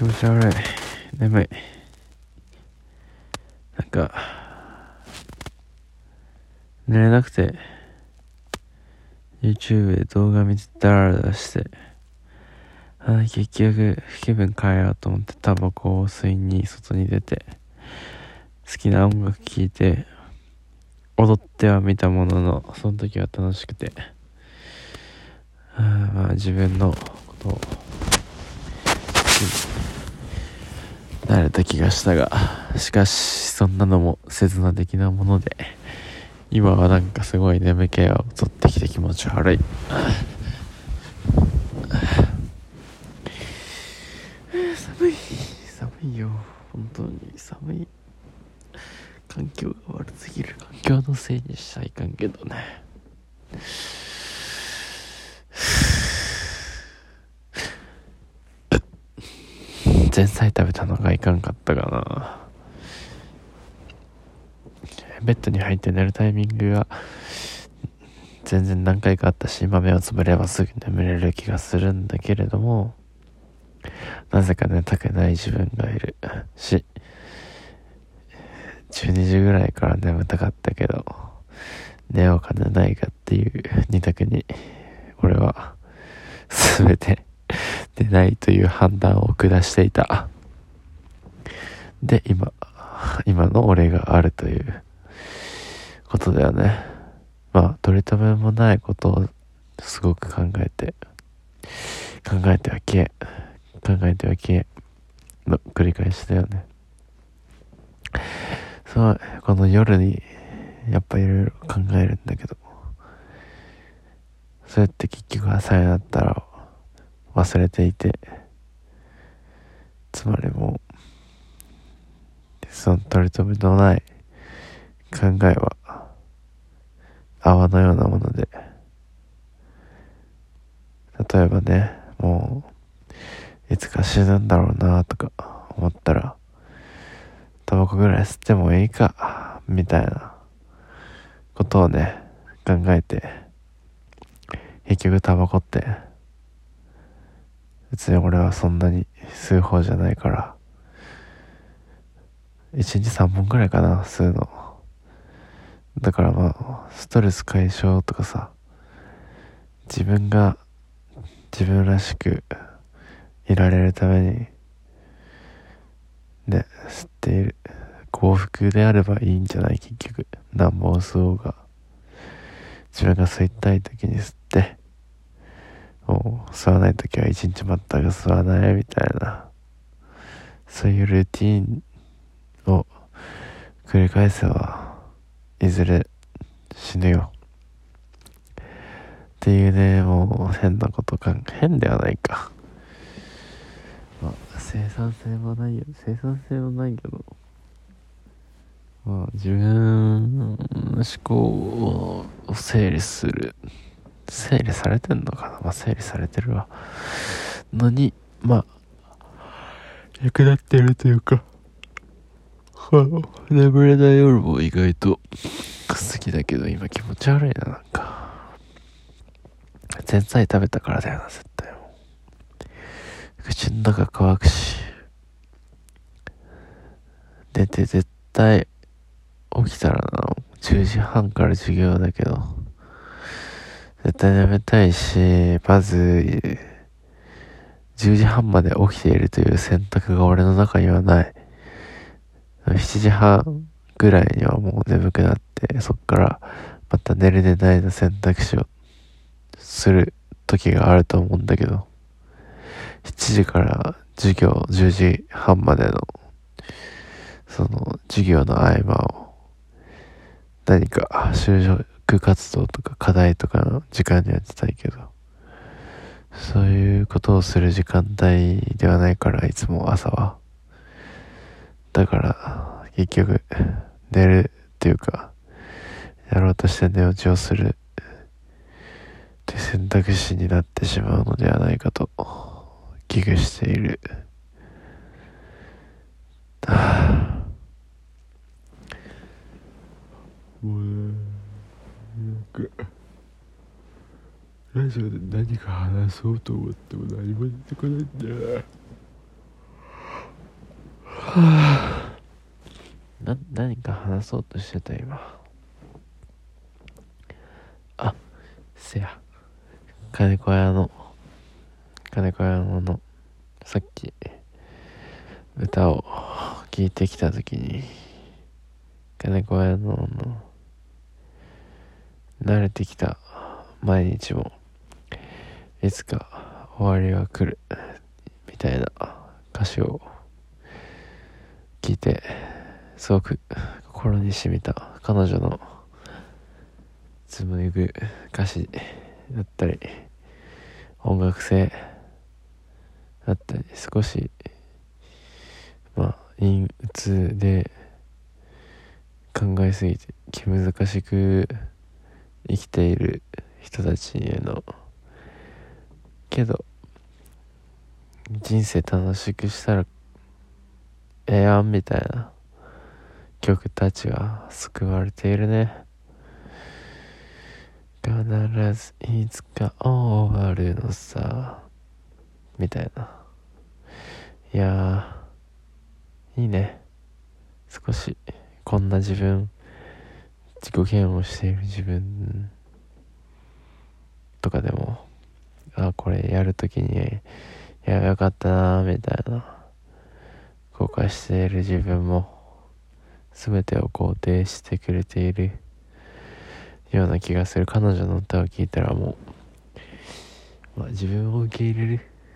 気持ち悪い。眠い。なんか寝れなくて YouTube で動画見てダラダラして、結局気分変えようと思ってタバコを吸いに外に出て、好きな音楽聴いて踊ってはみたものの、その時は楽しくて、まあ自分のことを好きになれた気がしたが、しかしそんなのも刹那的なもので、今はなんかすごい眠気が襲ってきて気持ち悪い。寒いよ、本当に寒い。環境が悪すぎる。環境のせいにしちゃいかんけどね。前菜食べたのがいかんかったかな。ベッドに入って寝るタイミングが全然何回かあったし、今目をつぶればすぐ眠れる気がするんだけれども、なぜか寝たくない自分がいるし、12時ぐらいから眠たかったけど、寝ようか寝ないかっていう二択に俺は全て寝ないという判断を下していた。で今の俺があるということだよね。まあ取り留めもないことをすごく考えては消えの繰り返しだよね。そう、この夜にやっぱいろいろ考えるんだけど、そうやって結局朝になったら忘れていて、つまりもうその取り留めのない考えは泡のようなもので、例えばね、もういつか死ぬんだろうなとか思ったら、タバコぐらい吸ってもいいかみたいなことをね考えて、結局タバコって別に俺はそんなに吸う方じゃないから、1日3本くらいかな吸うの。だからまあストレス解消とかさ、自分が自分らしくいられるためにね吸っている。幸福であればいいんじゃない。結局何本吸おうが、自分が吸いたい時に吸って、もう吸わない時は一日全く吸わないみたいな、そういうルーティンを繰り返せばいずれ死ぬよっていうね。もう変なこと変ではないか。まあ生産性もないけど、まあ自分の思考を整理されてんのかな。まあ整理されてるわのに、まあ役立ってるというか、眠れない夜も意外と好きだけど、今気持ち悪いな。なんか前菜食べたからだよな、絶対。口の中乾くし、寝て絶対起きたらな、10時半から授業だけど、絶対眠たいし、まず10時半まで起きているという選択が俺の中にはない。7時半ぐらいにはもう眠くなって、そっからまた寝る寝ないの選択肢をする時があると思うんだけど、7時から授業10時半までのその授業の合間を何か就職活動とか課題とかの時間にやってたいけど、そういうことをする時間帯ではないから、いつも朝は。だから結局寝るっていうか、やろうとして寝落ちをするって選択肢になってしまうのではないかと危惧している。もうなんかラジオで何か話そうと思っても何も出てこないんだよな。 何か話そうとしてた今。せや、金子屋のさっき歌を聴いてきたときに、金子屋の慣れてきた毎日もいつか終わりは来るみたいな歌詞を聞いて、すごく心に染みた。彼女の紡ぐ歌詞だったり音楽性だったり、少し陰鬱で考えすぎて気難しく生きている人たちへの、けど人生楽しくしたらええやんみたいな曲たちが救われているね。必ずいつか終わるのさみたいな。いやーいいね。少しこんな自己嫌悪している自分とかでも、これやるときにやばかったなみたいな後悔している自分も全てを肯定してくれているような気がする。彼女の歌を聴いたらもう、自分を受け入れる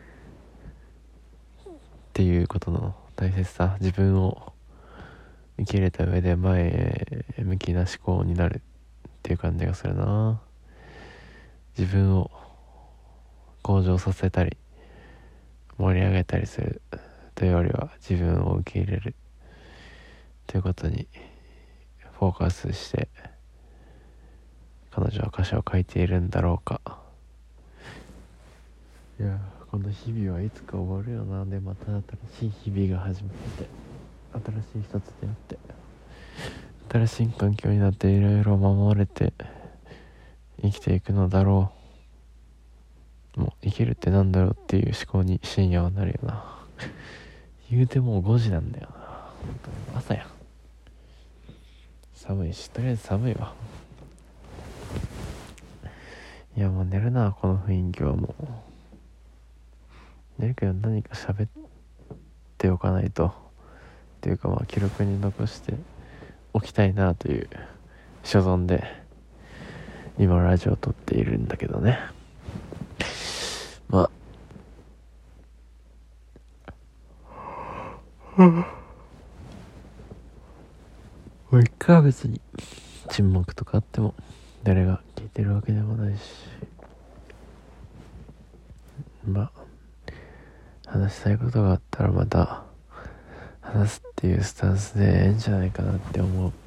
っていうことの大切さ、自分を受け入れた上で前へ向きな思考になるっていう感じがするな。自分を向上させたり盛り上げたりするというよりは、自分を受け入れるということにフォーカスして彼女は歌詞を書いているんだろうか。いや、この日々はいつか終わるよな。でまた新しい日々が始まって、新しい一つであって、新しい環境になって、いろいろ守れて生きていくのだろう。もう生きるってなんだろうっていう思考に深夜はなるよな。言うてもう5時なんだよな。本当に朝や。寒いし、とりあえず寒いわ。いやもう寝るな、この雰囲気は。もう寝るけど何か喋っておかないとっていうか、記録に残しておきたいなという所存で今ラジオを撮っているんだけどね。いっか、別に沈黙とかあっても誰が聞いてるわけでもないし、話したいことがあったらまた話すっていうスタンスでええんじゃないかなって思う。